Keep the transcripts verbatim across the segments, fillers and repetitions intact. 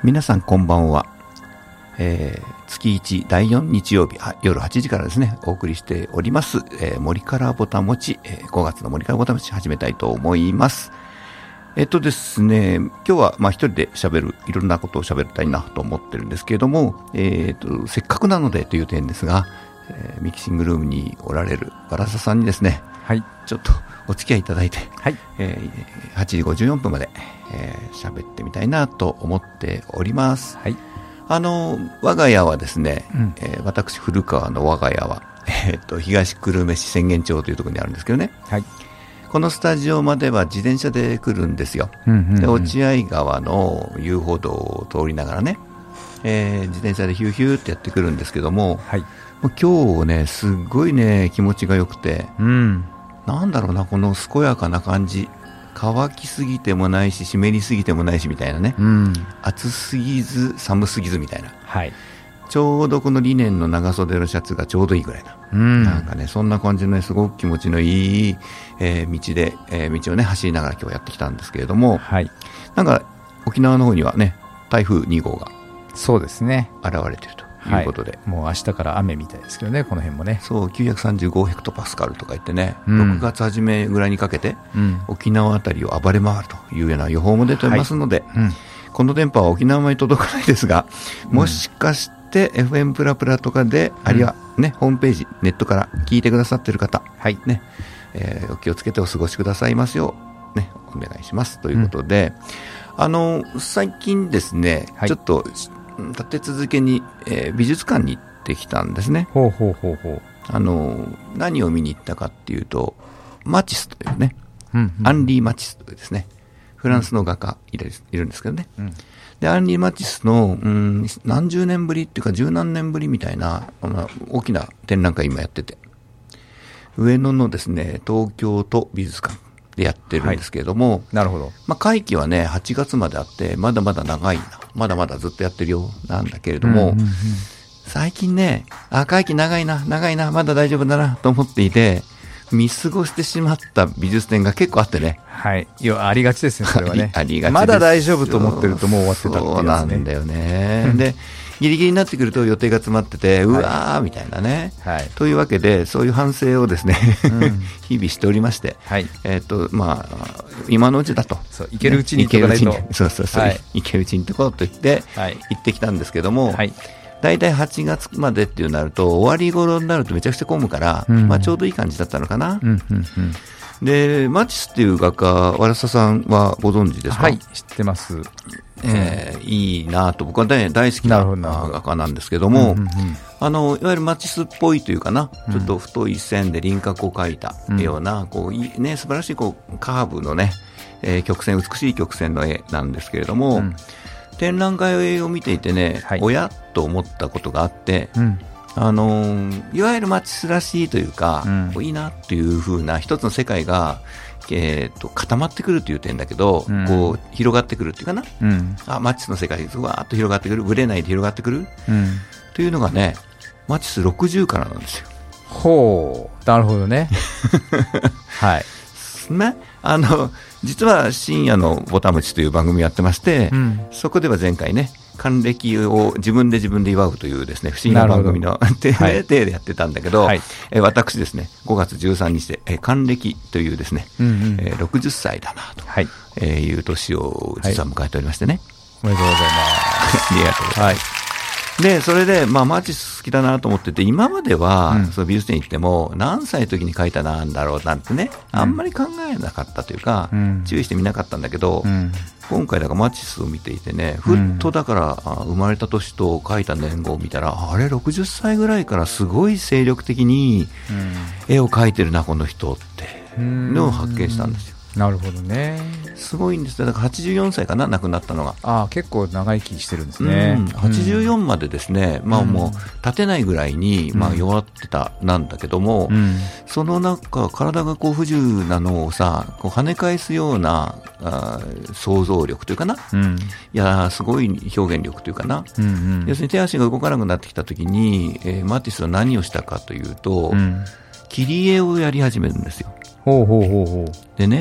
皆さんこんばんは、えー、月いちだいよん日曜日夜はちじからですねお送りしております、えー、森からぼたもち、えー、ごがつの森からぼたもち始めたいと思います。えっとですね今日はまあ一人で喋るいろんなことを喋りたいなと思ってるんですけれども、えー、とせっかくなのでという点ですが、えー、ミキシングルームにおられるバラサさんにですね、はい、ちょっとお付き合いいただいて、はいえー、はちじごじゅうよんぷんまでえー、喋ってみたいなと思っております。はい、あの我が家はですね、うんえー、私古川の我が家は、えー、と東久留米市浅間町というところにあるんですけどね、はい、このスタジオまでは自転車で来るんですよ、うんうんうん、で落合川の遊歩道を通りながらね、えー、自転車でヒューヒューってやってくるんですけども、はい、もう今日ねすごいね気持ちが良くて、うん、なんだろうなこの健やかな感じ、乾きすぎてもないし湿りすぎてもないしみたいなね、うん、暑すぎず寒すぎずみたいな、はい、ちょうどこのリネンの長袖のシャツがちょうどいいぐらいな、うん、なんかねそんな感じの、ね、すごく気持ちのいい、えー、道で、えー、道をね走りながら今日やってきたんですけれども、はい、なんか沖縄の方にはね台風に号がそうですね現れているということで、はい、もう明日から雨みたいですけどねこの辺もね。そうきゅうひゃくさんじゅうごヘクトパスカルとか言ってね、うん、ろくがつ初めぐらいにかけて、うん、沖縄あたりを暴れ回るというような予報も出ておりますので、はいうん、この電波は沖縄まで届かないですが、もしかして エフエム プラプラとかで、うん、あるいは、ね、ホームページネットから聞いてくださっている方、はいねえー、お気をつけてお過ごしくださいますよう、ね、お願いしますということで、うん、あの最近ですね、はい、ちょっと立て続けに、えー、美術館に行ってきたんですね。ほうほうほうほう。あの何を見に行ったかっていうとマティスというね、うんうん、アンリー・マティスというですねフランスの画家いる、いるんですけどね、うん、でアンリー・マティスの、うん、何十年ぶりっていうか十何年ぶりみたいな、まあ、大きな展覧会今やってて上野のですね東京都美術館でやってるんですけれども、はい、なるほど、まあ、会期はねはちがつまであってまだまだ長いなまだまだずっとやってるよなんだけれども、うんうんうん、最近ねあ会期長いな長いなまだ大丈夫だなと思っていて見過ごしてしまった美術展が結構あってね、はい、いやありがちですねそれはねありがちですまだ大丈夫と思ってるともう終わってたっていうやつね。そうなんだよねでギリギリになってくると予定が詰まっててうわーみたいなね、はい、というわけでそういう反省をですね、うん、日々しておりまして、はいえーとまあ、今のうちだとそう行けるうちに行けるうちにそうそうそう、はい、行けるうちにとこうと言って、はい、行ってきたんですけども、はい、だいたいはちがつまでっていうなると終わり頃になるとめちゃくちゃ混むから、うんまあ、ちょうどいい感じだったのかな、うんうんうん、でマティスっていう画家和田さんはご存知ですか？はい知ってます、えー、いいなと僕は、ね、大好きな画家なんですけども、うんうんうん、あのいわゆるマティスっぽいというかな、うん、ちょっと太い線で輪郭を描いたような、うん、こういね、素晴らしいこうカーブのね、えー、曲線美しい曲線の絵なんですけれども、うん、展覧会を見ていてね、はい、おやと思ったことがあって、うんあのー、いわゆるマティスらしいというか、うん、いいなっていう風な一つの世界がえー、と固まってくるという点だけど、うん、こう広がってくるっていうかな、うん、あマティスの世界がわーっと広がってくるぶれないで広がってくる、うん、というのがねマティスろくじゅうからなんですよ。ほうなるほどねはいねあの実は深夜のぼたもちという番組をやってまして、うん、そこでは前回ね還暦を自分で自分で祝うというですね不思議な番組の体、はい、でやってたんだけど、はい、え私ですねごがつじゅうさんにちで、え還暦というですね、うんうんえー、ろくじゅっさいだなと、はいえー、いう年を実は迎えておりましてね、はい、おめでとうございますありがとうございます、はいでそれで、まあ、マティス好きだなと思ってて今までは、うん、その美術展行っても何歳の時に描いたなんだろうなんてね、うん、あんまり考えなかったというか、うん、注意してみなかったんだけど、うん、今回だからマティスを見ていてねふっとだから生まれた年と描いた年号を見たら、うん、あれろくじゅっさいぐらいからすごい精力的に絵を描いてるなこの人ってのを発見したんですよ。なるほどねすごいんですよ。だからはちじゅうよんさいかな亡くなったのが。ああ結構長生きしてるんですね、うん、はちじゅうよんまでですね、うん、まあもう立てないぐらいに、まあ、弱ってたなんだけども、うん、その中体がこう不自由なのをさこう跳ね返すようなあ想像力というかな、うん、いやすごい表現力というかな、うんうん、要するに手足が動かなくなってきた時に、えー、マティスは何をしたかというと、うん、切り絵をやり始めるんですよ。ほうほうほうほうでね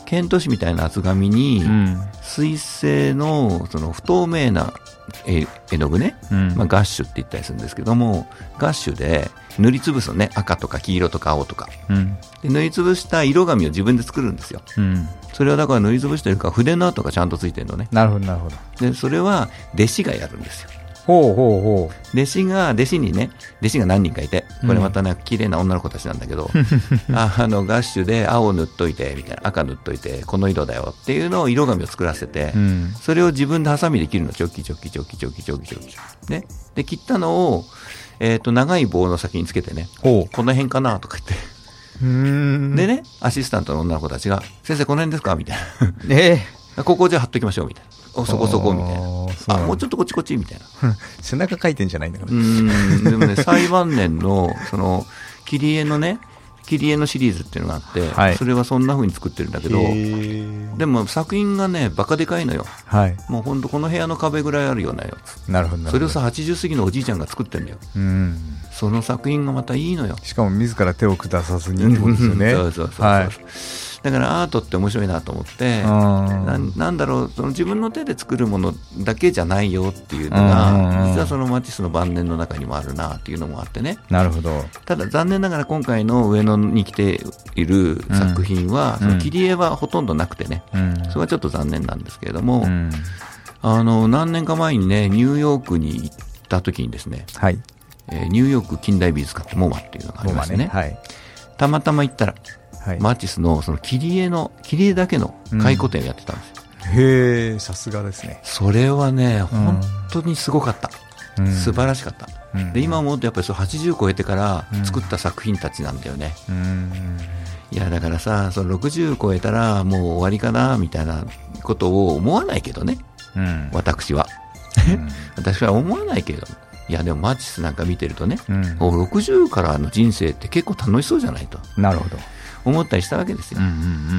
ケント紙みたいな厚紙に、うん、水性のその不透明な絵の具ね、うんまあ、ガッシュって言ったりするんですけども、ガッシュで塗りつぶすのね、赤とか黄色とか青とか、うん、で塗りつぶした色紙を自分で作るんですよ、うん、それはだから塗りつぶしてるから筆の跡がちゃんとついてるのね。 なるほどなるほど。 でそれは弟子がやるんですよ。 ほうほうほう。弟子が弟子にね、弟子が何人かいて、これまたね、綺麗な女の子たちなんだけど、ああのガッシュで青塗っといてみたいな、赤塗っといてこの色だよっていうのを色紙を作らせて、うん、それを自分でハサミで切るの。チョキチョキチョキチョキチョキチョキね。で切ったのを、えー、と長い棒の先につけてね、この辺かなとか言って、うーんでね、アシスタントの女の子たちが先生この辺ですかみたいな、えー、ここじゃ貼っときましょうみたいな、おそこそこみたいな、あもうちょっとこっちこっちみたいな背中書いてんじゃないんだから。 うーんでもね最晩年のその切り絵のね、切り絵のシリーズっていうのがあって、はい、それはそんな風に作ってるんだけど、でも作品がねバカでかいのよ、はい、もうほんとこの部屋の壁ぐらいあるようなやつ。 なるほどなるほど。 それをさはちじゅう過ぎのおじいちゃんが作ってるんだよ。うんその作品がまたいいのよ。 しかも自ら手を下さずにってことですよね。 そうそうそうそう、はい、だからアートって面白いなと思って、な, なんだろうその自分の手で作るものだけじゃないよっていうのが実はそのマティスの晩年の中にもあるなっていうのもあってね。 なるほど。 ただ残念ながら今回の上野に来ている作品は、うん、その切り絵はほとんどなくてね、うん、それはちょっと残念なんですけれども、うん、あの何年か前にねニューヨークに行った時にですね、はいえー、ニューヨーク近代美術館モマっていうのがありまして ね, ね、はい、たまたま行ったら、はい、マティス の, その切り絵の切り絵だけの回顧展をやってたんですよ、 うん、へえさすがですね。 それはね、うん、本当にすごかった、うん、素晴らしかった、うん、で今思うとやっぱりそはちじゅう超えてから作った作品たちなんだよね、うん、いやだからさそのろくじゅう超えたらもう終わりかなみたいなことを思わないけどね、うん、私は、うん、私は思わないけど、いやでもマティスなんか見てるとね、うん、ろくじゅうからの人生って結構楽しそうじゃないとなるほど思ったりしたわけですよ、うんうんうん、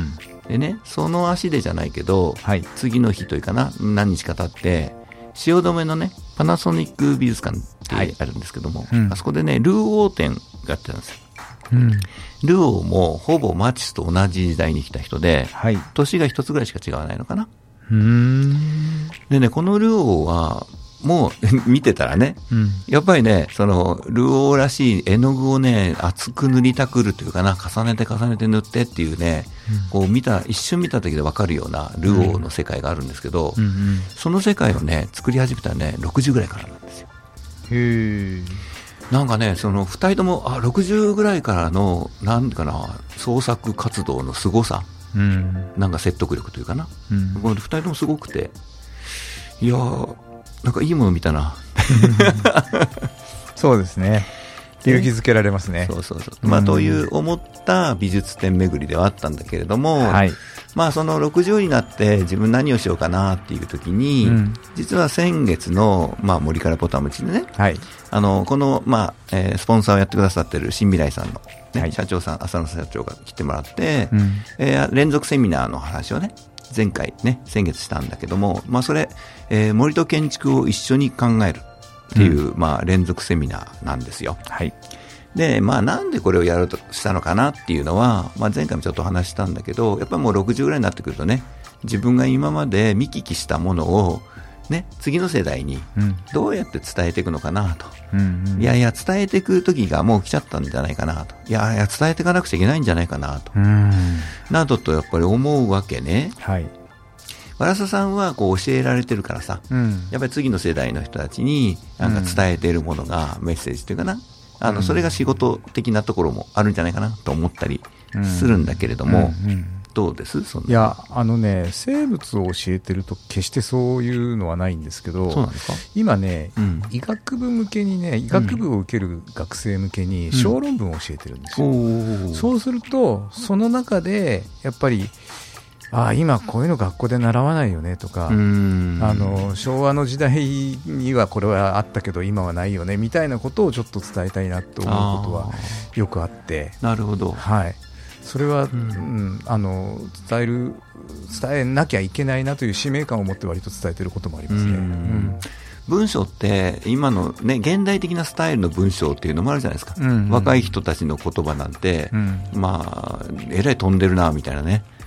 でねその足でじゃないけど、はい、次の日というかな何日か経って汐留のねパナソニック美術館ってあるんですけども、はいうん、あそこでねルーオー展がやってたんですよ、うん、ルーオーもほぼマティスと同じ時代に来た人で、はい、年が一つぐらいしか違わないのかな。うーんでねこのルーオーはもう見てたらね、うん、やっぱりねそのルオーらしい絵の具をね厚く塗りたくるというかな重ねて重ねて塗ってっていうね、うん、こう見た一瞬見ただけで分かるようなルオーの世界があるんですけど、うんうんうん、その世界をね作り始めたらねろくじゅうぐらいからなんですよ。へーなんかねそのふたりともあろくじゅうぐらいからのなんかな創作活動のすごさ、うん、なんか説得力というかな、うん、このふたりともすごくていやーなんかいいもの見たなそうですね勇気づけられますね。 そうそうそう、まあ、という思った美術展巡りではあったんだけれども、はい、まあそのろくじゅうになって自分何をしようかなっていう時に、うん、実は先月の、まあ、森からポタムチでね、はい、あのこの、まあえー、スポンサーをやってくださってる新未来さんの、ねはい、社長さん浅野社長が来てもらって、うんえー、連続セミナーの話をね前回ね先月したんだけども、まあ、それ、えー、森と建築を一緒に考えるっていう、うんまあ、連続セミナーなんですよ、はい、で、まあ、なんでこれをやろうとしたのかなっていうのは、まあ、前回もちょっと話したんだけどやっぱりもうろくじゅうぐらいになってくるとね自分が今まで見聞きしたものをね、次の世代にどうやって伝えていくのかなと、うんうん、いやいや伝えていく時がもう来ちゃったんじゃないかなといやいや伝えていかなくちゃいけないんじゃないかなと、うん、などとやっぱり思うわけね、はい、和田さんはこう教えられてるからさ、うん、やっぱり次の世代の人たちになんか伝えているものがメッセージというかな、あのそれが仕事的なところもあるんじゃないかなと思ったりするんだけれども、うんうんうんどうですそんないやあのね生物を教えてると決してそういうのはないんですけど、 そうなんですか今ね、うん、医学部向けにね医学部を受ける学生向けに小論文を教えてるんですよ、うん、そうするとその中でやっぱりあ今こういうの学校で習わないよねとか、うんあの昭和の時代にはこれはあったけど今はないよねみたいなことをちょっと伝えたいなと思うことはよくあって、 なるほど、 はいそれは、うんうん、あの伝える伝えなきゃいけないなという使命感を持って割と伝えていることもありますね、うんうん、 文章って今の、ね、現代的なスタイルの文章っていうのもあるじゃないですか、うんうん、若い人たちの言葉なんて、うん、まあえらい飛んでるなみたいなね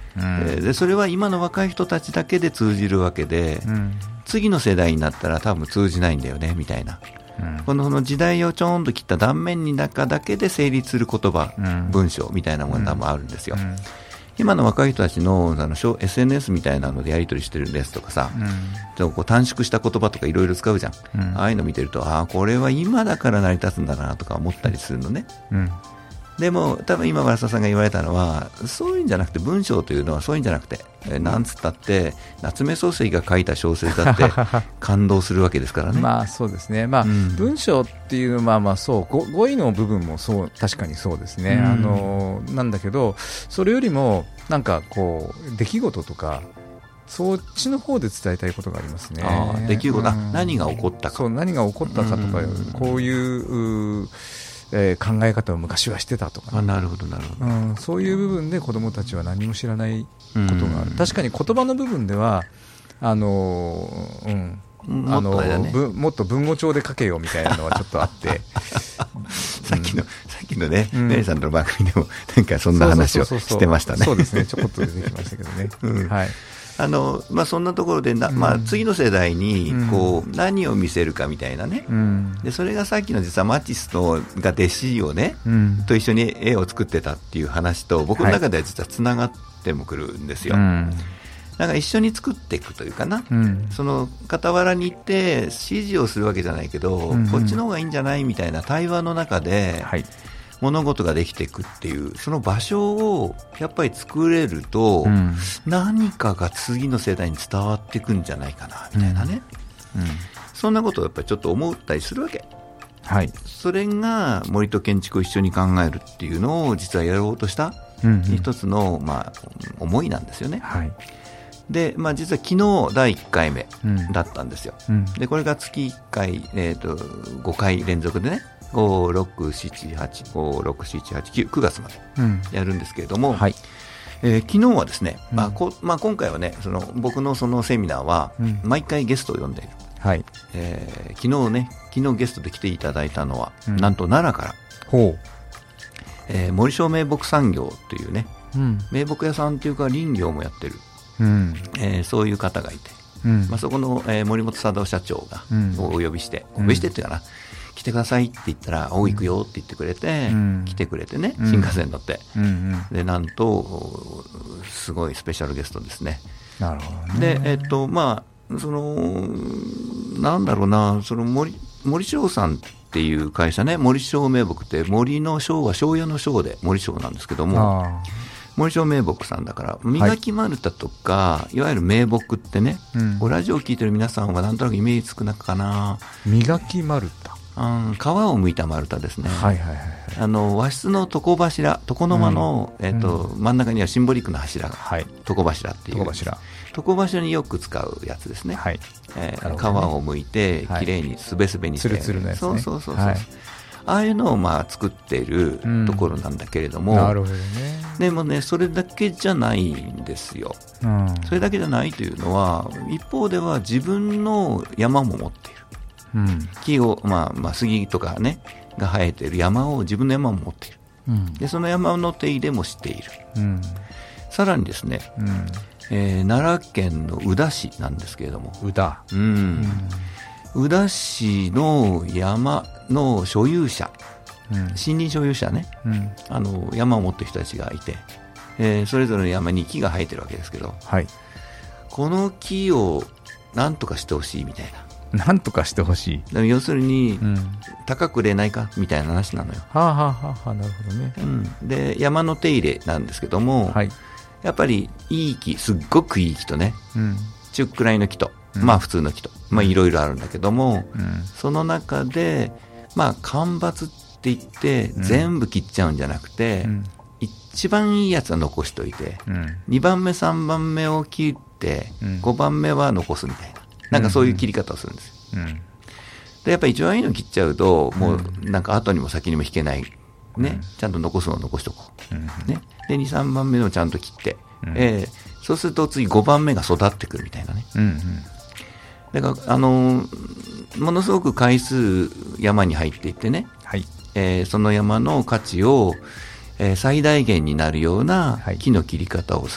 うん、でそれは今の若い人たちだけで通じるわけで、うん、次の世代になったら多分通じないんだよねみたいな、うん、この、この時代をちょんと切った断面に中だけで成立する言葉、うん、文章みたいなものが多分あるんですよ、うんうん、今の若い人たち の, あの エスエヌエス みたいなのでやり取りしてるですとかさ、うん、こう短縮した言葉とかいろいろ使うじゃん、うん、ああいうの見てるとああこれは今だから成り立つんだなとか思ったりするのね、うんでも多分今、原田さんが言われたのはそういうんじゃなくて文章というのはそういうんじゃなくて、えー、なんつったって夏目漱石が書いた小説だって感動するわけですからね。 まあそうですね、まあうん、文章っていうのはまあそう語、語彙の部分もそう確かにそうですね、うん、あのなんだけどそれよりもなんかこう出来事とかそっちの方で伝えたいことがありますね。 あ出来事、うん、何が起こったかそう何が起こったかとか、うん、こういうえー、考え方を昔はしてたとか、ね、 あなるほどなるほど、 うん、そういう部分で子どもたちは何も知らないことがある、うん、確かに言葉の部分ではあのーうんあのーね、もっと文語帳で書けよみたいなのはちょっとあってさっきの、うん、さっきのね、うん、メリーさんの番組でもなんかそんな話をしてましたね。 そうですね、ちょこっと出てきましたけどね、うん、はいあのまあ、そんなところでな、まあ、次の世代にこう、うん、何を見せるかみたいなね、うん、でそれがさっきの実はマティスのが弟子をね、うん、と一緒に絵を作ってたっていう話と僕の中では実はつながってもくるんですよ、はい、なんか一緒に作っていくというかな、うん、その傍らに行って指示をするわけじゃないけど、うんうん、こっちの方がいいんじゃないみたいな対話の中で、はい物事ができていくっていうその場所をやっぱり作れると、うん、何かが次の世代に伝わっていくんじゃないかなみたいなね、うんうん、そんなことをやっぱりちょっと思ったりするわけ、はい、それが森と建築を一緒に考えるっていうのを実はやろうとした一つの、まあ、思いなんですよね、はいでまあ、実は昨日だいいっかいめだったんですよ、うん、でこれが月いっかい、えーと、ごかい連続でねご、ろく、しち、はち、ご、ろく、しち、はち、きゅう、くがつまでやるんですけれども、うんはいえー、昨日はですね、うんまあこまあ、今回はねその僕のそのセミナーは毎回ゲストを呼んでいる、うんはいえー、昨日ね昨日ゲストで来ていただいたのは、うん、なんと奈良から、ほうえー、森正名木産業というね、うん、名木屋さんというか林業もやってる、うんえー、そういう方がいて、うんまあ、そこの、えー、森本貞夫社長が、うん、お呼びしてお呼びしてっていうかな、来てくださいって言ったら、お行くよって言ってくれて、うん、来てくれてね、新幹線に乗って、うんうん、でなんとすごいスペシャルゲストですね。なるほどね。で、えっとまあそのなんだろうな、その森森正さんっていう会社ね、森正名木って森の正は庄屋の庄で森正なんですけども、森正名木さんだから磨き丸太とか、はい、いわゆる名木ってね、うん、ラジオを聞いてる皆さんはなんとなくイメージつくなかな。 磨き丸太、 うん、皮を剥いた丸太ですね、はいはいはいはい、あの和室の床柱床の間の、うんえーとうん、真ん中にはシンボリックな柱が、はい、床柱っていう床柱床柱によく使うやつですね、はいえーね、皮を剥いてきれいにすべすべにして、 ツルツルのやつね、 そうそうそうそう、はい、ああいうのをまあ作っているところなんだけれども、うん、なるほどね。でもねそれだけじゃないんですよ、うん、それだけじゃないというのは一方では自分の山も持っている、うん、木を、まあまあ、杉とかねが生えている山を自分の山も持っている、うん、でその山の手入れもしている、うん、さらにですね、うんえー、奈良県の宇陀市なんですけれども宇陀、 うんうん、宇陀市の山の所有者、うん、森林所有者ね、うん、あの山を持っている人たちがいて、えー、それぞれの山に木が生えてるわけですけど、はい、この木をなんとかしてほしいみたいな、なんとかしてほしい、要するに、うん、高く売れないかみたいな話なのよ。 はあ、はあはあ、なるほどね、 うん、で山の手入れなんですけども、はい、やっぱりいい木、すっごくいい木とね、うん、中くらいの木と、うん、まあ普通の木と、まあいろいろあるんだけども、うん、その中でまあ間伐って言って全部切っちゃうんじゃなくて、うん、一番いいやつは残しといて、うん、にばんめさんばんめを切って、うん、ごばんめは残すみたいな、なんかそういう切り方をするんですよ、うん、でやっぱり一番いいの切っちゃうともうなんか後にも先にも引けない、ねうん、ちゃんと残すのを残しとこう、うんね、でに、さんばんめのちゃんと切って、うんえー、そうすると次ごばんめが育ってくるみたいなね、うんうん、だからあのー、ものすごく回数山に入っていってね、はいえー、その山の価値を、えー、最大限になるような木の切り方をする、は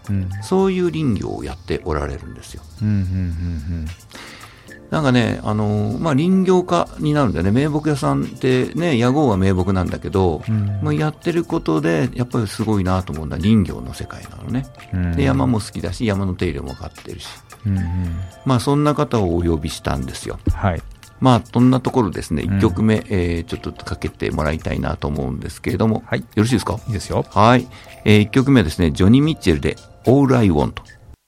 うん、 そういう林業をやっておられるんですよ。 うんうんうんうんなんかね、あのーまあ、林業家になるんだよね。名木屋さんってね、屋号は名木なんだけど、 うんまあ、やってることでやっぱりすごいなと思うんだ。林業の世界なのね、 うん、 で山も好きだし山の手入れも分かってるし、 うんうん、 まあそんな方をお呼びしたんですよ。 はい。 まあそんなところですね、 うんいっきょくめ、えーちょっとかけてもらいたいなと思うんですけれども、 はい、 よろしいですか？ いいですよ。 はい、えー、いっきょくめはですね、ジョニー・ミッチェルで All I Want。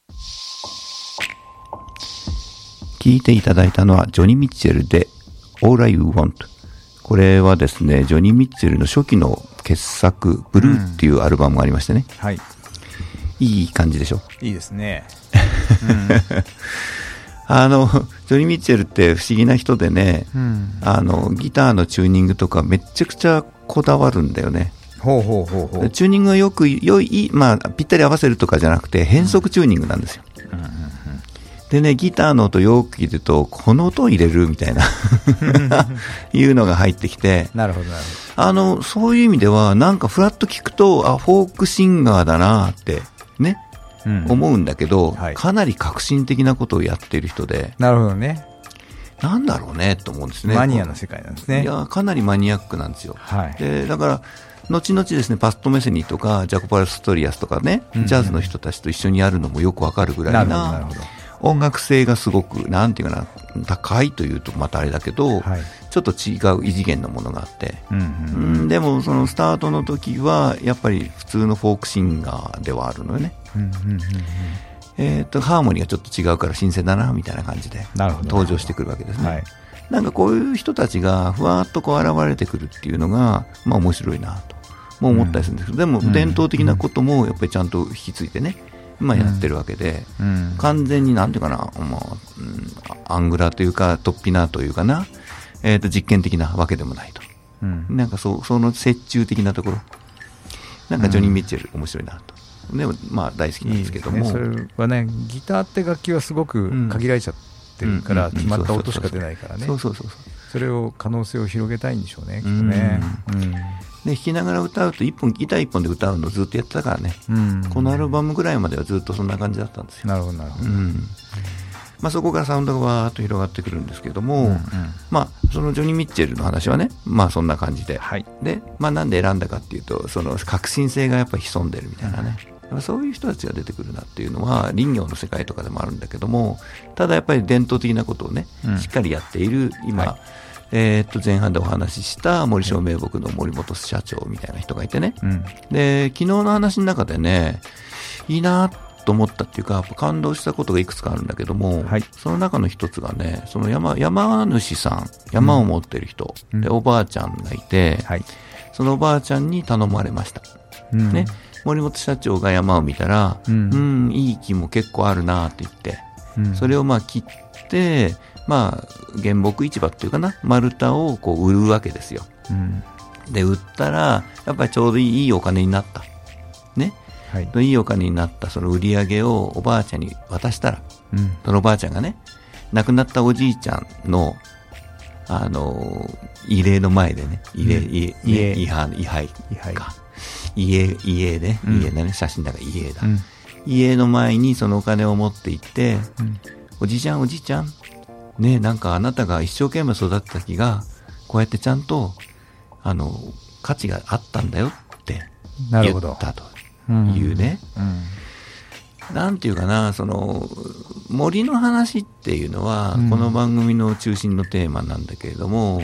聞いていただいたのはジョニー・ミッチェルで All I Want。これはですね、ジョニー・ミッチェルの初期の傑作ブルーっていうアルバムがありましてね、 うん、はい、 いい感じでしょ。 いいですね。 うん、あのジョニー・ミッチェルって不思議な人でね、うん、あのギターのチューニングとかめちゃくちゃこだわるんだよね。 ほうほうほうほう。 チューニングがよく良い、まあ、ぴったり合わせるとかじゃなくて変則チューニングなんですよ。うんうんうん、でね、ギターの音よく聞いてるとこの音を入れるみたいないうのが入ってきて、 なるほどなるほど。あのそういう意味ではなんかフラッと聞くとあフォークシンガーだなってね、うん、思うんだけど、はい、かなり革新的なことをやっている人で、 なるほどね。 なんだろうねと思うんですね。 マニアの世界なんですね。 いやかなりマニアックなんですよ。 はい、 でだから後々ですね、パストメセニとかジャコパルストリアスとかね、ジャズの人たちと一緒にやるのもよくわかるぐらいな音楽性がすごくなんていうかな、高いというとまたあれだけど、はい、ちょっと違う異次元のものがあって、うんうんうん、でもそのスタートの時はやっぱり普通のフォークシンガーではあるのよね。うんうんうんうん、えー、とハーモニーがちょっと違うから新鮮だなみたいな感じで登場してくるわけですね。はい、なんかこういう人たちがふわっとこう現れてくるっていうのがまあ面白いなとも思ったりするんですけど、でも伝統的なこともやっぱりちゃんと引き継いでね、まあ、やってるわけで、うんうん、完全になんていうかな、まあうん、アングラというかトッピナーというかな、えー、と実験的なわけでもないと、うん、なんか そ, その折衷的なところ、なんかジョニー・ミッチェル面白いなと、でもまあ大好きなんですけども、 いいですね、それはね、ギターって楽器はすごく限られちゃってるから、決まった音しか出ないからね、それを可能性を広げたいんでしょうね、きっとね。うんうんで弾きながら歌うと一本ギター一本で歌うのをずっとやってたからね、うん、このアルバムぐらいまではずっとそんな感じだったんですよ。 なるほどなるほど、 うんまあ、そこからサウンドがわーっと広がってくるんですけども、うんうんまあ、そのジョニー・ミッチェルの話はね、まあ、そんな感じで、はいでまあ、なんで選んだかっていうとその革新性がやっぱり潜んでるみたいなね、うん、そういう人たちが出てくるなっていうのは林業の世界とかでもあるんだけども、ただやっぱり伝統的なことをね、うん、しっかりやっている今、はいえー、っと前半でお話しした森正名木の森本社長みたいな人がいてね、うん、で昨日の話の中でねいいなと思ったっていうかやっぱ感動したことがいくつかあるんだけども、はい、その中の一つがね、その 山, 山主さん山を持ってる人、うん、でおばあちゃんがいて、はい、そのおばあちゃんに頼まれました、うんね、森本社長が山を見たら、うん、うんいい木も結構あるなって言って、うん、それをまあ切ってまあ、原木市場っていうかな、丸太をこう売るわけですよ、うん、で売ったらやっぱりちょうどいいお金になったね、はい、いいお金になったその売り上げをおばあちゃんに渡したら、うん、そのおばあちゃんがね亡くなったおじいちゃんのあの慰霊の前でね慰霊、うん、慰霊慰霊慰霊か慰霊慰霊ね慰霊だね、写真だから慰霊だ、うん、慰霊の前にそのお金を持って行って、うん、おじいちゃんおじいちゃんね、なんかあなたが一生懸命育てた木がこうやってちゃんとあの価値があったんだよって言ったというね、うんうん、なんていうかな、その森の話っていうのは、うん、この番組の中心のテーマなんだけれども、うん、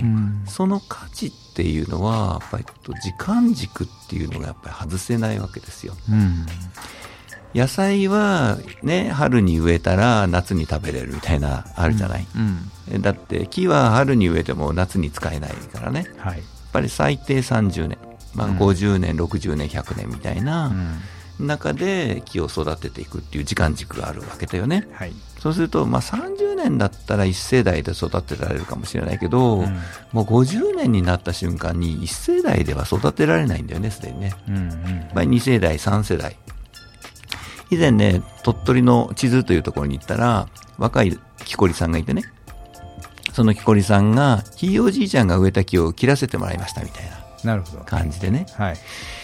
その価値っていうのはやっぱり時間軸っていうのがやっぱり外せないわけですよ、うん野菜は、ね、春に植えたら夏に食べれるみたいなあるじゃない、うんうん、だって木は春に植えても夏に使えないからね、はい、やっぱり最低さんじゅうねん、まあ、ごじゅうねん、うん、ろくじゅうねんひゃくねんみたいな中で木を育てていくっていう時間軸があるわけだよね、はい、そうすると、まあ、さんじゅうねんだったらいち世代で育てられるかもしれないけど、うん、もうごじゅうねんになった瞬間にいち世代では育てられないんだよねすでにね、うんうん、やっぱりに世代さん世代以前ね鳥取の地図というところに行ったら若い木こりさんがいてね、その木こりさんがひいおじいちゃんが植えた木を切らせてもらいましたみたいな感じでね、はい、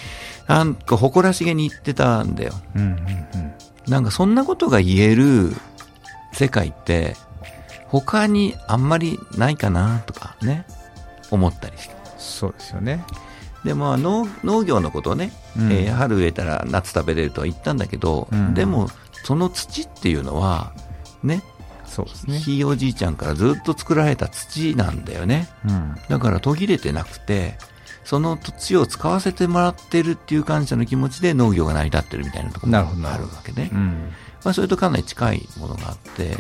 なんか誇らしげに言ってたんだよ、 うんうんうん、 なんかそんなことが言える世界って他にあんまりないかなとかね思ったりして。 そうですよね。 でまあ、農, 農業のことをね、 うんえー、春植えたら夏食べれるとは言ったんだけど、うん、でもその土っていうのはね、 そうですね、 ひいおじいちゃんからずっと作られた土なんだよね、うん、だから途切れてなくてその土を使わせてもらってるっていう感謝の気持ちで農業が成り立ってるみたいなところがあるわけね、うんまあ、それとかなり近いものがあって、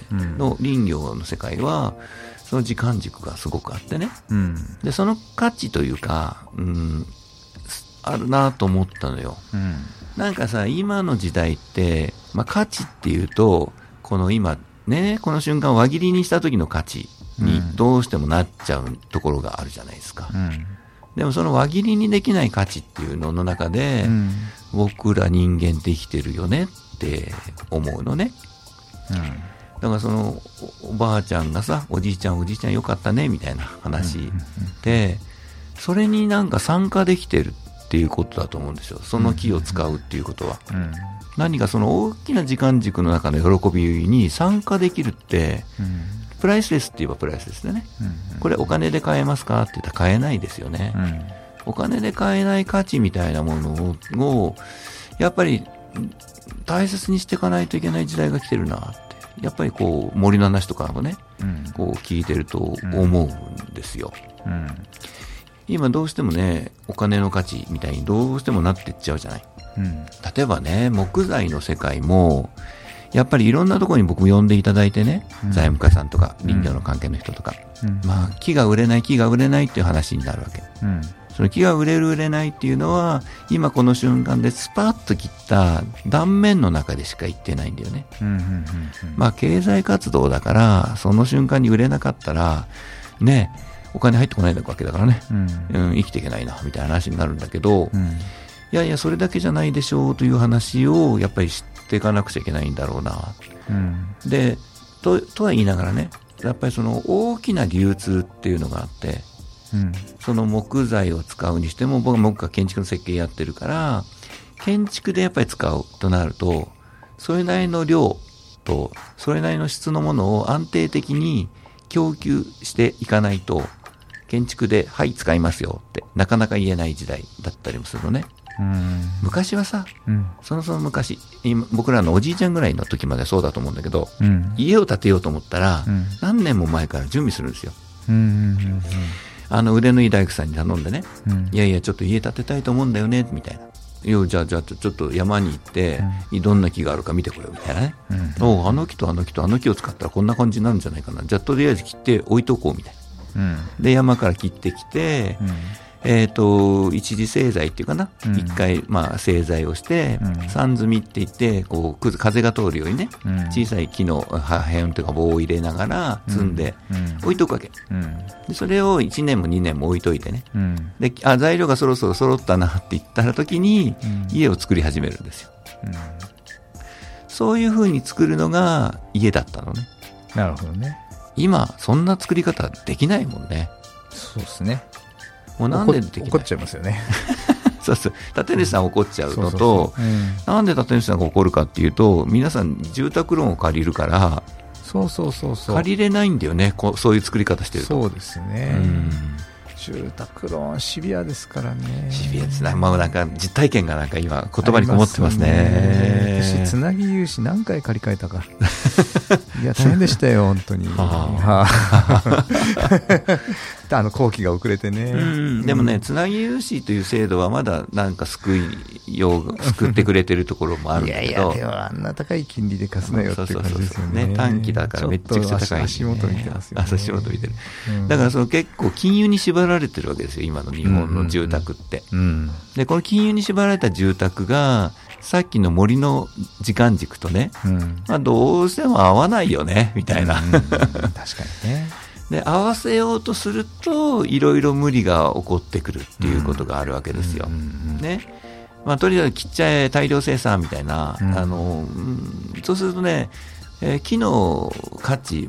うん、の林業の世界はその時間軸がすごくあってね、うん、でその価値というか、うん、あるなと思ったのよ、うん、なんかさ今の時代って、まあ、価値っていうとこの今ねこの瞬間輪切りにした時の価値にどうしてもなっちゃうところがあるじゃないですか、うん、でもその輪切りにできない価値っていうのの中で、うん、僕ら人間って生きてるよねって思うのね、うん、だからその お, おばあちゃんがさおじいちゃんおじいちゃんよかったねみたいな話で、それになんか参加できてるっていうことだと思うんですよ、その木を使うっていうことは、うん、何かその大きな時間軸の中の喜びに参加できるって、うん、プライスレスって言えばプライスレスでね、うん、これお金で買えますかって言ったら買えないですよね、うん、お金で買えない価値みたいなものをやっぱり大切にしていかないといけない時代が来てるなって、やっぱりこう森の話とかもね、うん、こう聞いてると思うんですよ、うんうん、今どうしてもねお金の価値みたいにどうしてもなっていっちゃうじゃない、うん、例えばね木材の世界もやっぱりいろんなところに僕も呼んでいただいてね、うん、財務家さんとか林業の関係の人とか、うん、まあ木が売れない木が売れないっていう話になるわけ、うん、その木が売れる売れないっていうのは今この瞬間でスパッと切った断面の中でしか言ってないんだよね、うんうんうんうん、まあ経済活動だからその瞬間に売れなかったらねお金入ってこないわけだからね、うんうん、生きていけないなみたいな話になるんだけど、うん、いやいやそれだけじゃないでしょうという話をやっぱり知っていかなくちゃいけないんだろうな、うん、で と, とは言いながらねやっぱりその大きな流通っていうのがあって、うん、その木材を使うにしても僕は僕が建築の設計やってるから建築でやっぱり使うとなるとそれなりの量とそれなりの質のものを安定的に供給していかないと建築ではい使いますよってなかなか言えない時代だったりもするのね。うん昔はさ、うん、そもそも昔今僕らのおじいちゃんぐらいの時までそうだと思うんだけど、うん、家を建てようと思ったら、うん、何年も前から準備するんですよ、うんうんうんうん、あの腕のいい大工さんに頼んでね、うん、いやいやちょっと家建てたいと思うんだよねみたいな、いやじゃあじゃあちょっと山に行って、うん、どんな木があるか見てこようみたいなね、うん、おあの木とあの木とあの木を使ったらこんな感じになるんじゃないかな、じゃあとりあえず切って置いとこうみたいな、うん、で山から切ってきて、うんえーと、一次製材っていうかな、うん、一回、まあ、製材をして、うん、三積みって言ってこう風が通るようにね、うん、小さい木の破片というか棒を入れながら積んで、うん、置いとくわけ、うん、でそれをいちねんもにねんも置いといてね、うん、であ材料がそろそろ揃ったなって言った時に、うん、家を作り始めるんですよ、うん、そういう風に作るのが家だったのね。 なるほどね。 今そんな作り方できないもんね。 そうですね。 もうなんでできない？ 怒っちゃいますよね。 そうそう、立主さん怒っちゃうのと、なんで立主さんが怒るかっていうと、皆さん住宅ローンを借りるから、 そうそうそうそう、 借りれないんだよね、こそういう作り方してると。 そうですね。うん住宅ローンシビアですからね。 シビアですね。まあなんか実体験がなんか今言葉にこもってますね。 ますね私つなぎ融資何回借り換えたか。いや大変でしたよ本当に。はあ、あの工期が遅れてね。 うんでもね、つなぎ融資という制度はまだなんか救いよう救ってくれてるところもあるんだけど。いやいやでもあんな高い金利で貸すなよって感じですよね。 ね短期だからめっちゃくちゃ高い、ね。 足元見てますよね。 足元見てる。うん、だからその結構金融に縛られてるわけですよ今の日本の住宅って。うんうんうん、でこの金融に縛られた住宅がさっきの森の時間軸とね、うんまあ、どうしても合わないよねみたいな、うんうん、確かにね。 で合わせようとするといろいろ無理が起こってくるっていうことがあるわけですよ、うんうんうんねまあ、とりあえず切っちゃえ大量生産みたいな、うんあのうん、そうするとね、えー、木の価値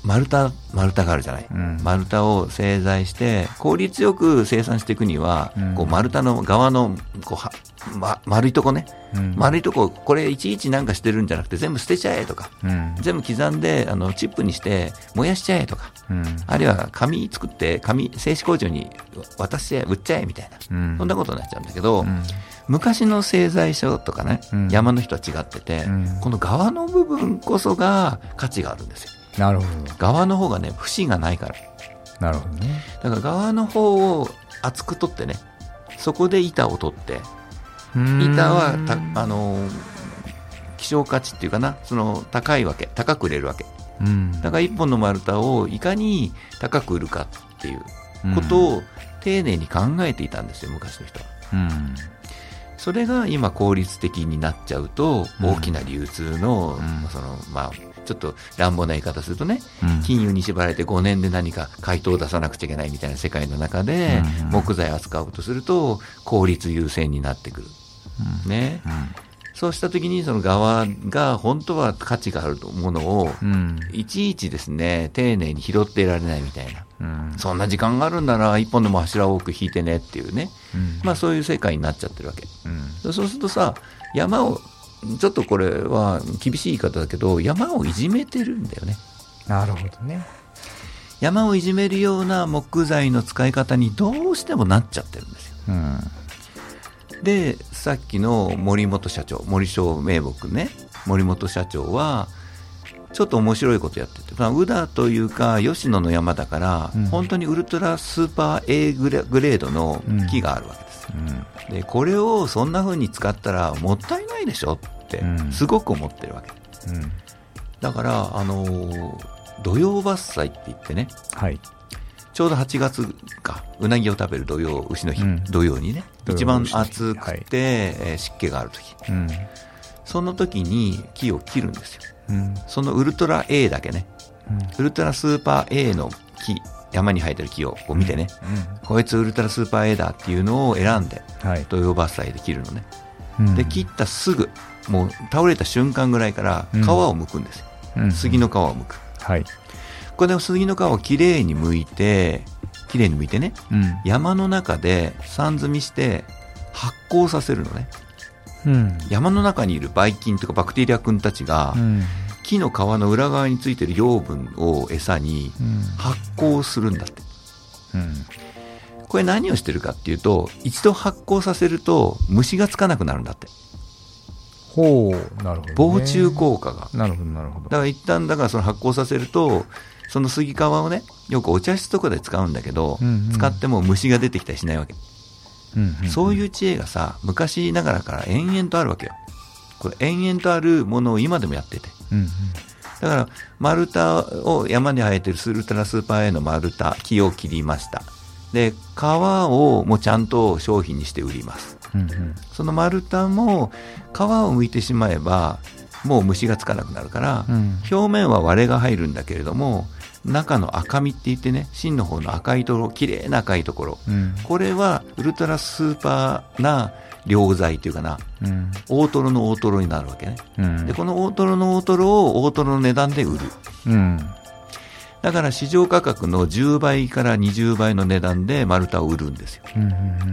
丸太丸太があるじゃない、うん、丸太を製材して効率よく生産していくには、うん、こう丸太の側のこうは、ま、丸いとこね、うん、丸いとここれいちいちなんかしてるんじゃなくて全部捨てちゃえとか、うん、全部刻んであのチップにして燃やしちゃえとか、うん、あるいは紙作って紙製紙工場に渡しちゃえ売っちゃえみたいな、うん、そんなことになっちゃうんだけど、うん、昔の製材所とかね、うん、山の人は違ってて、うん、この側の部分こそが価値があるんですよ。 なるほど。 側の方がね節がないから。 なるほどね。 だから側の方を厚く取ってね、そこで板を取って、板はたあの希少価値っていうかな、その高いわけ、高く売れるわけ、うん、だから一本の丸太をいかに高く売るかっていうことを丁寧に考えていたんですよ、昔の人は。うん、それが今効率的になっちゃうと、大きな流通の、うん、そのまあちょっと乱暴な言い方するとね、うん、金融に縛られてごねんで何か回答を出さなくちゃいけないみたいな世界の中で、うん、木材を扱うとすると効率優先になってくる、うん、ね、うん、そうした時にその側が本当は価値があるものを、うん、いちいちですね丁寧に拾っていられないみたいな、うん、そんな時間があるんなら一本でも柱を多く引いてねっていうね、うん、まあそういう世界になっちゃってるわけ、うん、そうするとさ、山をちょっとこれは厳しい言い方だけど山をいじめてるんだよね。 なるほどね。 山をいじめるような木材の使い方にどうしてもなっちゃってるんですよ、うん、でさっきの森本社長、森正名木ね、森本社長はちょっと面白いことやってて、まあ、宇田というか吉野の山だから、うん、本当にウルトラスーパー A グレードの木があるわけです、うん、でこれをそんな風に使ったらもったいないでしょってすごく思ってるわけ、うん、だからあのー、土曜伐採って言ってね、はい、ちょうどはちがつかうなぎを食べる土曜、牛の日、うん、土曜にね一番暑くて、はい、えー、湿気がある時、うん、その時に木を切るんですよ、うん、そのウルトラ A だけね、うん、ウルトラスーパー A の木、山に生えてる木をこう見てね、うんうん、こいつウルトラスーパー A だっていうのを選んで、はい、土曜伐採で切るのね、うん、で切ったすぐもう倒れた瞬間ぐらいから皮を剥くんですよ、うん、杉の皮を剥く、はい、これで杉の皮をきれいに剥いてきれいに剥いてね、うん、山の中で酸積みして発酵させるのね、うん、山の中にいるばい菌とかバクテリア君たちが、うん、木の皮の裏側についている養分を餌に発酵するんだって、うん、これ何をしてるかっていうと、一度発酵させると虫がつかなくなるんだって。 ほう、なるほどね、 防虫効果が。 なるほどなるほど。 だから一旦だからその発酵させると、その杉皮をね、よくお茶室とかで使うんだけど、うんうん、使っても虫が出てきたりしないわけ、うんうんうん、そういう知恵がさ、昔ながらから延々とあるわけよ。これ延々とあるものを今でもやってて、うんうん、だから丸太を山に生えてるウルトラスーパー A の丸太、木を切りました。で皮をもうちゃんと商品にして売ります、うんうん、その丸太も皮を剥いてしまえばもう虫がつかなくなるから、うん、表面は割れが入るんだけれども、中の赤身って言ってね、芯の方の赤いところ、綺麗な赤いところ、うん、これはウルトラスーパーな良材というかな、うん、大トロの大トロになるわけね、うん、でこの大トロの大トロを大トロの値段で売る、うん、だから市場価格のじゅうばいからにじゅうばいの値段で丸太を売るんですよ、うんうんうん、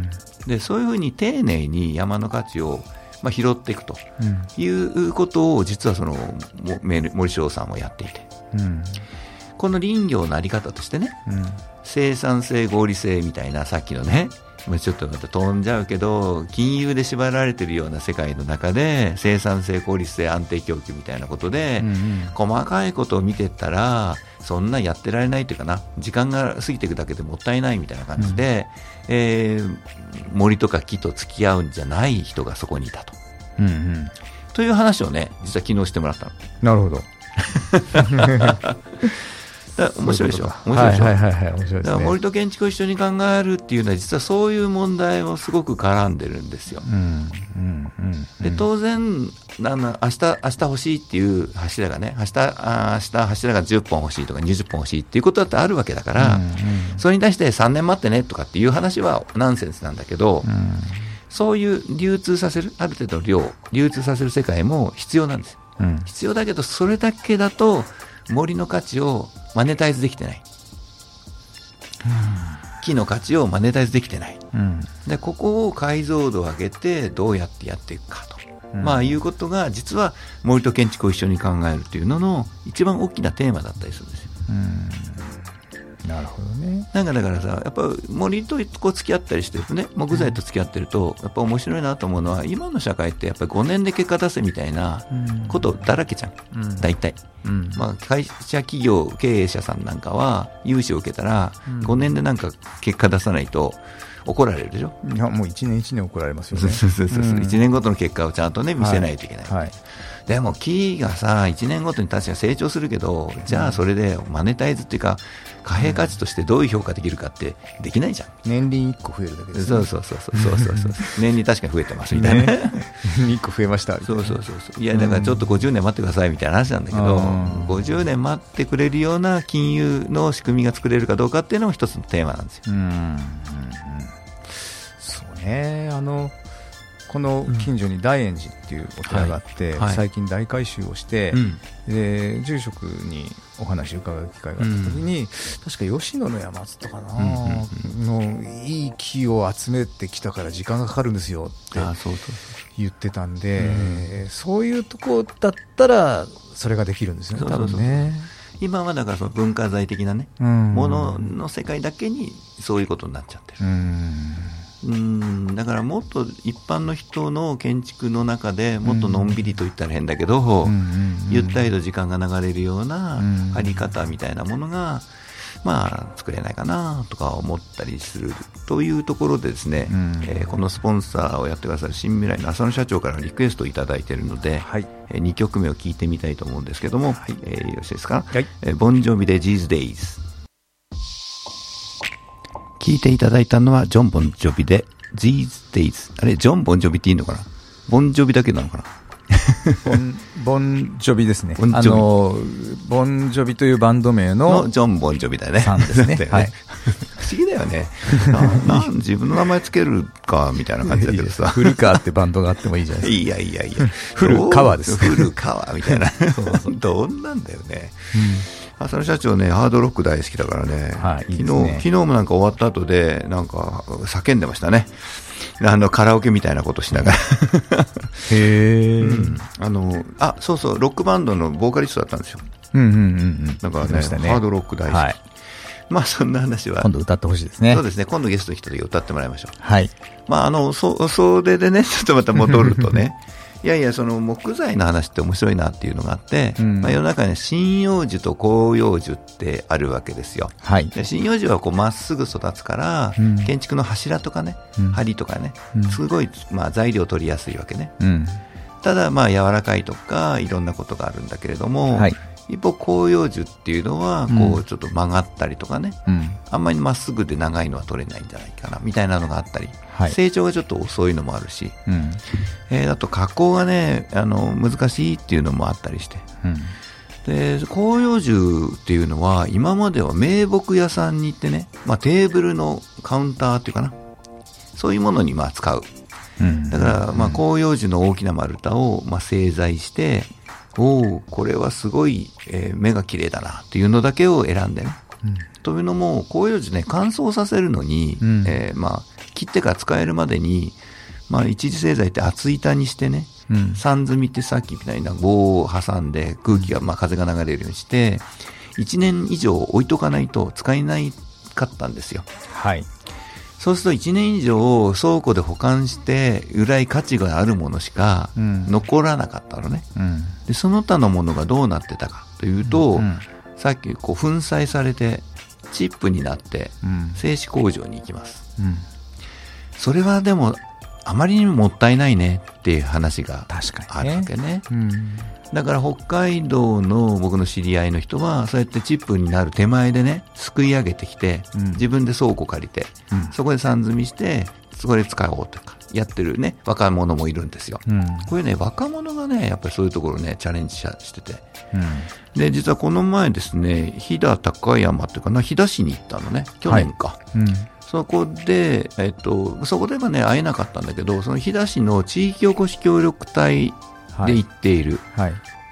でそういうふうに丁寧に山の価値を、まあ、拾っていくということを実はその森正さんはやっていて、うん、この林業のあり方としてね、うん、生産性合理性みたいな、さっきのねちょっとまた飛んじゃうけど金融で縛られているような世界の中で生産性効率性安定供給みたいなことで、うんうん、細かいことを見てったらそんなやってられないというかな、時間が過ぎていくだけでもったいないみたいな感じで、うん、えー、森とか木と付き合うんじゃない人がそこにいたと、うんうん、という話をね実は昨日してもらったの。 なるほどだ面白いでしょ。面白いでしょ。 はいはいはい、面白いですね。 だから森と建築を一緒に考えるっていうのは実はそういう問題をすごく絡んでるんですよ。うんうんうん、で当然あの明日明日欲しいっていう柱がね、明日あ明日柱がじゅっぽん欲しいとかにじゅっぽん欲しいっていうことだってあるわけだから、うんうん、それに対してさんねん待ってねとかっていう話はナンセンスなんだけど、うん、そういう流通させるある程度の量流通させる世界も必要なんですよ。うん、必要だけどそれだけだと森の価値をマネタイズできてない、うん、木の価値をマネタイズできてない、うん、でここを解像度を上げてどうやってやっていくかと、うん、まあいうことが実は森と建築を一緒に考えるというのの一番大きなテーマだったりするんですよ、 うん、なるほどね。 なんかだからさ、やっぱ森とこう付き合ったりしてるとね、木材と付き合ってるとやっぱ面白いなと思うのは、今の社会ってやっぱりごねんで結果出せみたいなことだらけじゃん、うん、大体、うんまあ、会社企業経営者さんなんかは融資を受けたらごねんでなんか結果出さないと怒られるでしょ。 いやもういちねんいちねん怒られますよね。 そうそうそうそう、うん、いちねんごとの結果をちゃんとね見せないといけない、はいはい、でも木がさいちねんごとに確かに成長するけど、じゃあそれでマネタイズっていうか貨幣価値としてどういう評価できるかってできないじゃん。 年輪いっこ増えるだけです、ね、 そうそうそうそうそうそうそう年に確かに増えてますみたいな、ね、 年にいっこ増えましたみたいな。 そうそうそうそう、いやだからちょっとごじゅうねん待ってくださいみたいな話なんだけど、うん、ごじゅうねん待ってくれるような金融の仕組みが作れるかどうかっていうのも一つのテーマなんですよ。うんうん、うん、 そうね、あのこの近所に大円寺っていうお寺があって、うんはい、最近大改修をして、うん、で住職にお話を伺う機会があった時に、うん、確か吉野の山とかな、うんうんうん、のいい木を集めてきたから時間がかかるんですよって言ってたんで、うん、そういうとこだったらそれができるんですよね、多分ね。 今はだからその文化財的なね、うん、ものの世界だけにそういうことになっちゃってる。うんうんだからもっと一般の人の建築の中でもっとのんびりと言ったら変だけど、うん、ゆったりと時間が流れるようなあり方みたいなものが、まあ、作れないかなとか思ったりするというところでですね、うんえー、このスポンサーをやってくださる新未来の浅野社長からのリクエストをいただいているので、はいえー、にきょくめを聴いてみたいと思うんですけども、はいえー、よろしいですか、はいえー、ボンジョビで These Days。聞いていただいたのはジョン・ボンジョビで These Days。 あれジョン・ボンジョビっていいのかな、ボンジョビだけなのかなボン、ボンジョビですね。ボンジョビ、あのボンジョビというバンド名 の, のジョン・ボンジョビだよね。 さんですね。はい、 不思議だよね。ななん自分の名前つけるかみたいな感じだけどさ。 古川ってバンドがあってもいいじゃないですか。 いやいやいや。 古川です。 古川みたいな。どんなんだよね。うん浅野社長ね、ハードロック大好きだからね、はい、いいですね。昨日、昨日もなんか終わった後で、なんか叫んでましたね。あの、カラオケみたいなことしながら。 へー、うん。 あの、あ、そうそう、ロックバンドのボーカリストだったんですよ。 うんうんうんうん。 だからね、ねハードロック大好き。はい、まあ、そんな話は。 今度歌ってほしいですね。 そうですね、今度ゲストに来た時歌ってもらいましょう。 はい。 まあ、あの、そ、それでね、ちょっとまた戻るとね、いやいやその木材の話って面白いなっていうのがあって、うんまあ、世の中に針葉樹と広葉樹ってあるわけですよ、はい、で針葉樹はこうまっすぐ育つから、うん、建築の柱とかね、うん、梁とかね、うん、すごい、まあ、材料取りやすいわけね、うん、ただまあ柔らかいとかいろんなことがあるんだけれども、はい、一方広葉樹っていうのはこうちょっと曲がったりとかね、うん、あんまりまっすぐで長いのは取れないんじゃないかなみたいなのがあったり、はい、成長がちょっと遅いのもあるし、うんえー、あと加工がねあの難しいっていうのもあったりして、うん、で広葉樹っていうのは今までは名木屋さんに行ってね、まあ、テーブルのカウンターっていうかなそういうものにまあ使う、うん、だからまあ広葉樹の大きな丸太をまあ製材しておこれはすごい、えー、目が綺麗だなっていうのだけを選んでね、うん、というのも広葉樹ね乾燥させるのに、うんえー、まあ切ってから使えるまでに、まあ、一次製材って厚板にしてね、うん、三積みってさっきみたいな棒を挟んで空気が、まあ、風が流れるようにしていちねん以上置いとかないと使えないかったんですよ。はい。そうするといちねん以上倉庫で保管して由来価値があるものしか残らなかったのね、うん、でその他のものがどうなってたかというと、うん、さっきこう粉砕されてチップになって製紙工場に行きます、うん、それはでもあまりにももったいないねっていう話があるわけ ね, ね、うん、だから北海道の僕の知り合いの人はそうやってチップになる手前でねすくい上げてきて、うん、自分で倉庫借りて、うん、そこで三積みしてそこで使おうとかやってるね若者もいるんですよ、うん、こういうね若者がねやっぱりそういうところねチャレンジしてて、うん、で実はこの前ですね飛騨高山っていうかな飛騨市に行ったのね去年か、はいうんそこで、えっと、そこではね会えなかったんだけどその飛騨市の地域おこし協力隊で行っている、はいはい、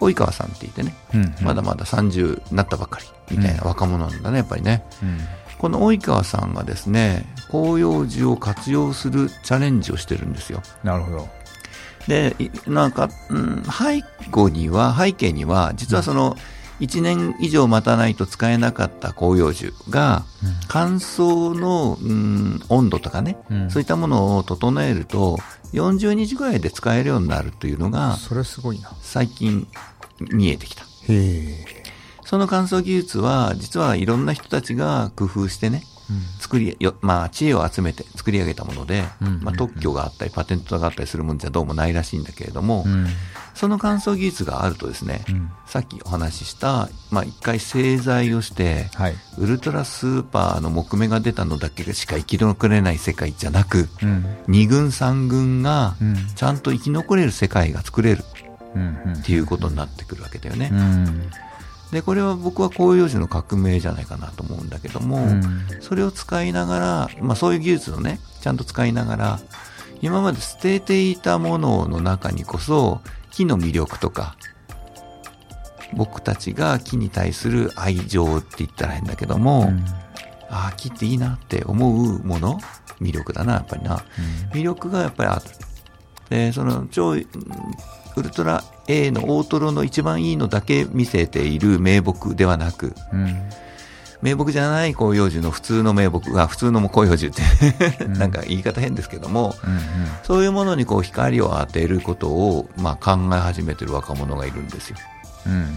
及川さんって言ってね、うんうん、まだまださんじゅうになったばかりみたいな若者なんだね、やっぱりね、うん、この及川さんがですね広葉樹を活用するチャレンジをしてるんですよ。 なるほど。 でなんか、うん、背後には背景には実はそのいちねん以上待たないと使えなかった広葉樹が乾燥の、うん、温度とかね、うん、そういったものを整えるとよんじゅうにちぐらいで使えるようになるというのがそれすごいな最近見えてきた。 へー。 その乾燥技術は実はいろんな人たちが工夫してね、うん、作りよ、まあ、知恵を集めて作り上げたもので、うんうんうん、まあ、特許があったりパテントがあったりするもんじゃどうもないらしいんだけれども、うん、その乾燥技術があるとですね、うん、さっきお話しした、まあ、一回製材をして、はい、ウルトラスーパーの木目が出たのだけしか生き残れない世界じゃなく、うん、に軍さん軍がちゃんと生き残れる世界が作れるっていうことになってくるわけだよね、うんうんでこれは僕は広葉樹の革命じゃないかなと思うんだけども、うん、それを使いながら、まあ、そういう技術をねちゃんと使いながら今まで捨てていたものの中にこそ木の魅力とか僕たちが木に対する愛情って言ったら変だけども、うん、ああ木っていいなって思うもの魅力だなやっぱりな、うん、魅力がやっぱりある。でその超ウルトラ A の大トロの一番いいのだけ見せている名木ではなく、うん、名木じゃない広葉樹の普通の名木が普通の広葉樹ってなんか言い方変ですけども、うんうん、そういうものにこう光を当てることを、まあ、考え始めている若者がいるんですよ、うんうんうんうん、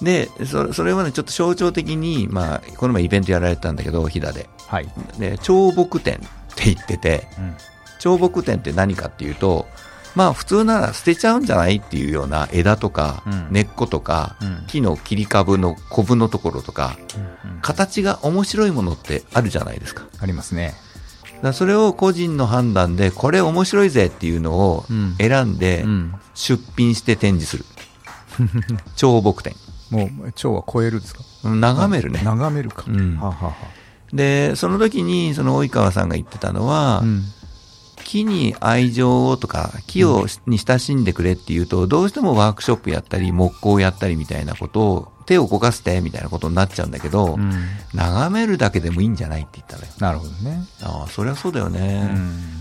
で そ, それはねちょっと象徴的に、まあ、この前イベントやられてたんだけど飛騨で、はい、で彫木展って言ってて、うん、彫木展って何かっていうとまあ普通なら捨てちゃうんじゃないっていうような枝とか根っことか木の切り株のコブのところとか形が面白いものってあるじゃないですか。 ありますね。 だからそれを個人の判断でこれ面白いぜっていうのを選んで出品して展示する彫木展。 もう彫は超えるんですか？ 眺めるね。 眺めるか、うんははは。 でその時にその及川さんが言ってたのは、うん木に愛情をとか木をに親しんでくれっていうとどうしてもワークショップやったり木工やったりみたいなことを手を動かしてみたいなことになっちゃうんだけど、うん、眺めるだけでもいいんじゃないって言ったのよ。 なるほどね。 ああそりゃそうだよね、うん、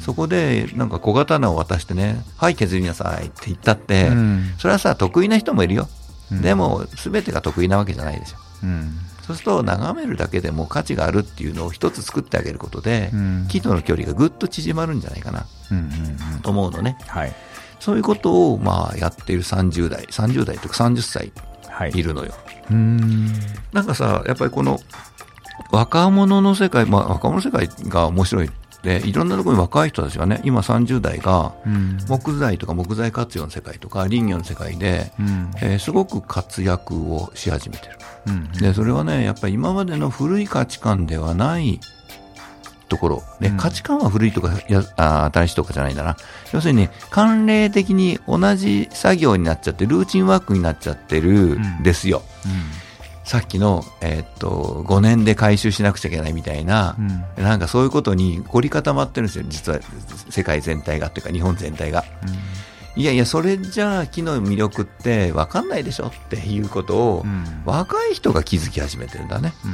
そこでなんか小刀を渡してねはい削りなさいって言ったって、うん、それはさ得意な人もいるよ、うん、でも全てが得意なわけじゃないでしょ、うん、そうすると眺めるだけでも価値があるっていうのを一つ作ってあげることで、うん、木との距離がぐっと縮まるんじゃないかな、うんうんうん、と思うのね、はい、そういうことをまあやっているさんじゅう代さんじゅう代とかさんじゅっさいいるのよ、はい、うーんなんかさやっぱりこの若者の世界、まあ、若者の世界が面白いでいろんなところに若い人たちがね今さんじゅう代が木材とか木材活用の世界とか林業の世界で、うんえー、すごく活躍をし始めてる、うん、でそれはねやっぱり今までの古い価値観ではないところ、ねうん、価値観は古いとかやあ新しいとかじゃないんだな。要するに、ね、慣例的に同じ作業になっちゃってルーチンワークになっちゃってるんですよ、うんうんさっきの、えー、っとごねんで回収しなくちゃいけないみたいな、うん、なんかそういうことに凝り固まってるんですよ実は世界全体がというか日本全体が、うん、いやいやそれじゃあ木の魅力って分かんないでしょっていうことを、うん、若い人が気づき始めてるんだね、うん、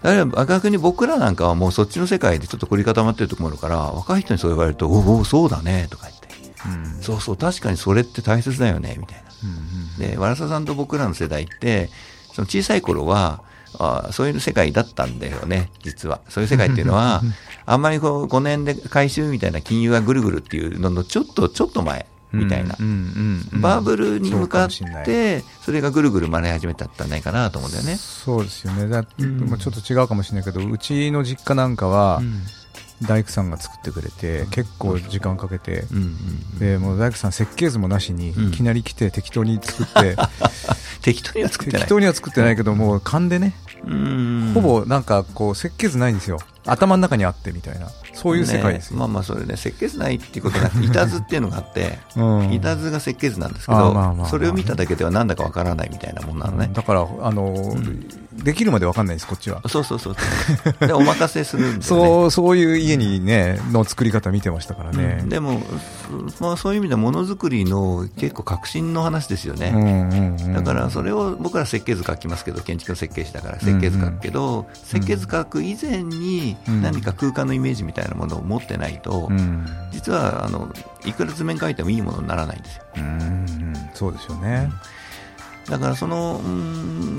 だから逆に僕らなんかはもうそっちの世界でちょっと凝り固まってるところあるから若い人にそう言われるとおおそうだねとか言って、うん、そうそう確かにそれって大切だよねみたいな、うんうん、でわらささんと僕らの世代ってその小さい頃はあそういう世界だったんだよね実は。そういう世界っていうのはあんまりこうごねんで回収みたいな金融がぐるぐるっていうののちょっとちょっと前みたいな、うんうんうん、バブルに向かってそれがぐるぐる回り始めたんじゃないかなと思うんだよね。 そうですよね。だ、うん、ちょっと違うかもしれないけどうちの実家なんかは、うん大工さんが作ってくれて結構時間かけて、うんうんうん、でもう大工さん設計図もなしにいきなり来て適当に作って、うん、 適当には作ってない適当には作ってないけどもう勘でねうんほぼなんかこう設計図ないんですよ頭の中にあってみたいな、そういう世界ですよ、 ね、まあまあそれね、設計図ないっていうことがいた図っていうのがあって、うん、いた図が設計図なんですけど、まあまあまあ、それを見ただけではなんだかわからないみたいなもんなのね、 うん、だからあの、うん、できるまでわかんないですこっちは。 そうそうそうでお任せするんで、ね、 そうそういう家にねの作り方見てましたからね、 うん、でも、まあ、そういう意味でものづくりの結構革新の話ですよね、 うんうんうん、 だからそれを僕ら設計図書きますけど、建築の設計士だから設計図書くけど、うんうん、設計図書く以前に何か空間のイメージみたいなものを持ってないと、うん、実はあのいくら図面書いてもいいものにならないんですよ。 うんうん、そうですよね、 うん、だからその、うん、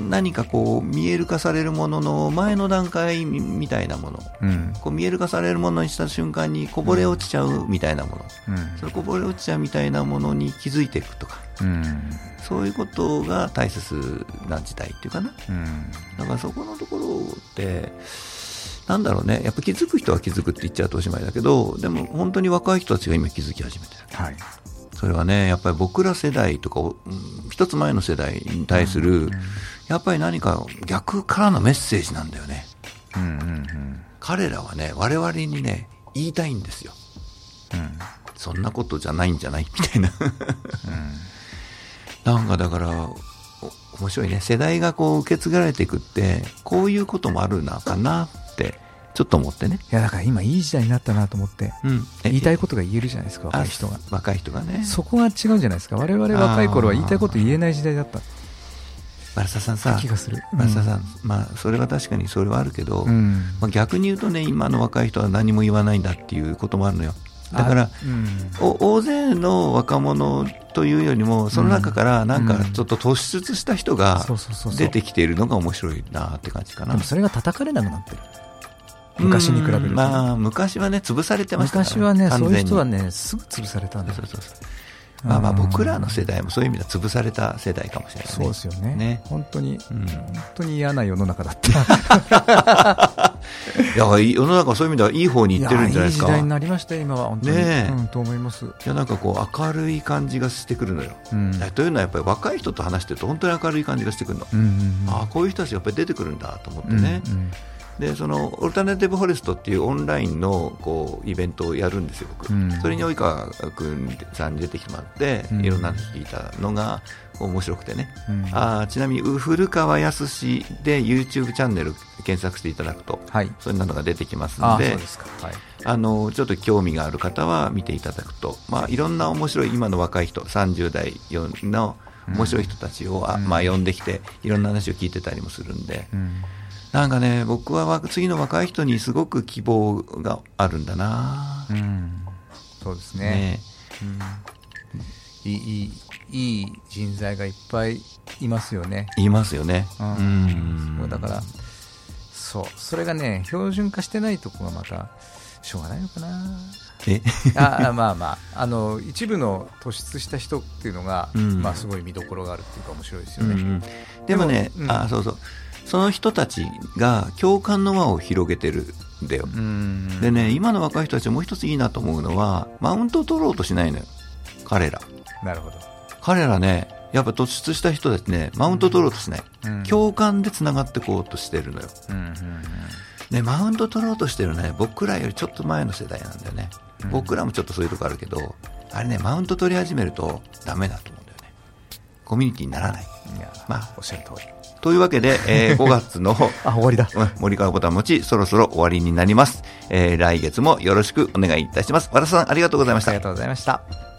何かこう見える化されるものの前の段階みたいなもの、うん、こう見える化されるものにした瞬間にこぼれ落ちちゃうみたいなもの、うん、そのこぼれ落ちちゃうみたいなものに気づいていくとか、うん、そういうことが大切な時代っていうかな、うん、だからそこのところってなんだろうね、やっぱ気づく人は気づくって言っちゃうとおしまいだけど、でも本当に若い人たちが今気づき始めてる、はい、それはねやっぱり僕ら世代とか、うん、一つ前の世代に対する、うんうん、やっぱり何か逆からのメッセージなんだよね、うんうんうん、彼らはね我々にね言いたいんですよ、うん、そんなことじゃないんじゃないみたいな、うん、なんかだから面白いね、世代がこう受け継がれていくってこういうこともあるのかなってちょっと思ってね。 いやだから今いい時代になったなと思って、うん、言いたいことが言えるじゃないですか、若い人が。 若い人がね、 そこが違うんじゃないですか。我々若い頃は言いたいこと言えない時代だったマラサさんさ、 気がする。 マラサさん、うん、まあそれは確かにそれはあるけど、うん、まあ、逆に言うとね、今の若い人は何も言わないんだっていうこともあるのよ。だから、うん、お大勢の若者というよりもその中からなんかちょっと突出した人が出てきているのが面白いなって感じかな。 でもそれが叩かれなくなってる、昔に比べると、ね、 まあ、昔はね潰されてましたから、 昔はねそういう人はねすぐ潰されたんだよ。そうそうそう、 まあまあ僕らの世代もそういう意味では潰された世代かもしれないね。 そうですよね。ね、本当に、うん、本当に嫌な世の中だった。 いや世の中はそういう意味ではいい方に行ってるんじゃないですか。 いい時代になりましたよ今は本当に。ねえ、うん、と思います。いやなんかこう明るい感じがしてくるのよ。うん、というのはやっぱり若い人と話してると本当に明るい感じがしてくるの。うんうんうん、ああこういう人たちがやっぱり出てくるんだと思ってね。うんうん、でそのオルタナティブフォレストっていうオンラインのこうイベントをやるんですよ僕、うん、それに及川君さんに出てきてもらって、うん、いろんな話聞いたのが面白くてね、うん、あちなみに古川康で YouTube チャンネル検索していただくと、はい、そういうのが出てきますの で, あそうですか、はい、あのちょっと興味がある方は見ていただくと、まあ、いろんな面白い今の若い人さんじゅう代の面白い人たちを、うんまあ、呼んできていろんな話を聞いてたりもするんで、うんなんかね僕は次の若い人にすごく希望があるんだな、うん、 そうですね、ね、うん、いい、いい人材がいっぱいいますよね。 いますよね、 うん、うんだからそうそれがね標準化してないところがまたしょうがないのかな。 えあまあまああの一部の突出した人っていうのが、うんまあ、すごい見どころがあるっていうか面白いですよね、うんうん、 でもね、うん、あそうそうその人たちが共感の輪を広げてるんだよ。でね今の若い人たちはもう一ついいなと思うのはマウントを取ろうとしないのよ彼ら。 なるほど。 彼らねやっぱ突出した人たちねマウントを取ろうとしない、うん、共感でつながっていこうとしてるのよ、うんうんうんね、マウント取ろうとしてるね僕らよりちょっと前の世代なんだよね、うん、僕らもちょっとそういうとこあるけどあれねマウント取り始めるとダメだと思うんだよね。コミュニティにならない。 いやまあおっしゃる通りというわけで、えー、ごがつのあ終わりだ森川ぼたもちそろそろ終わりになります、えー、来月もよろしくお願いいたします。和田さんありがとうございました。 ありがとうございました。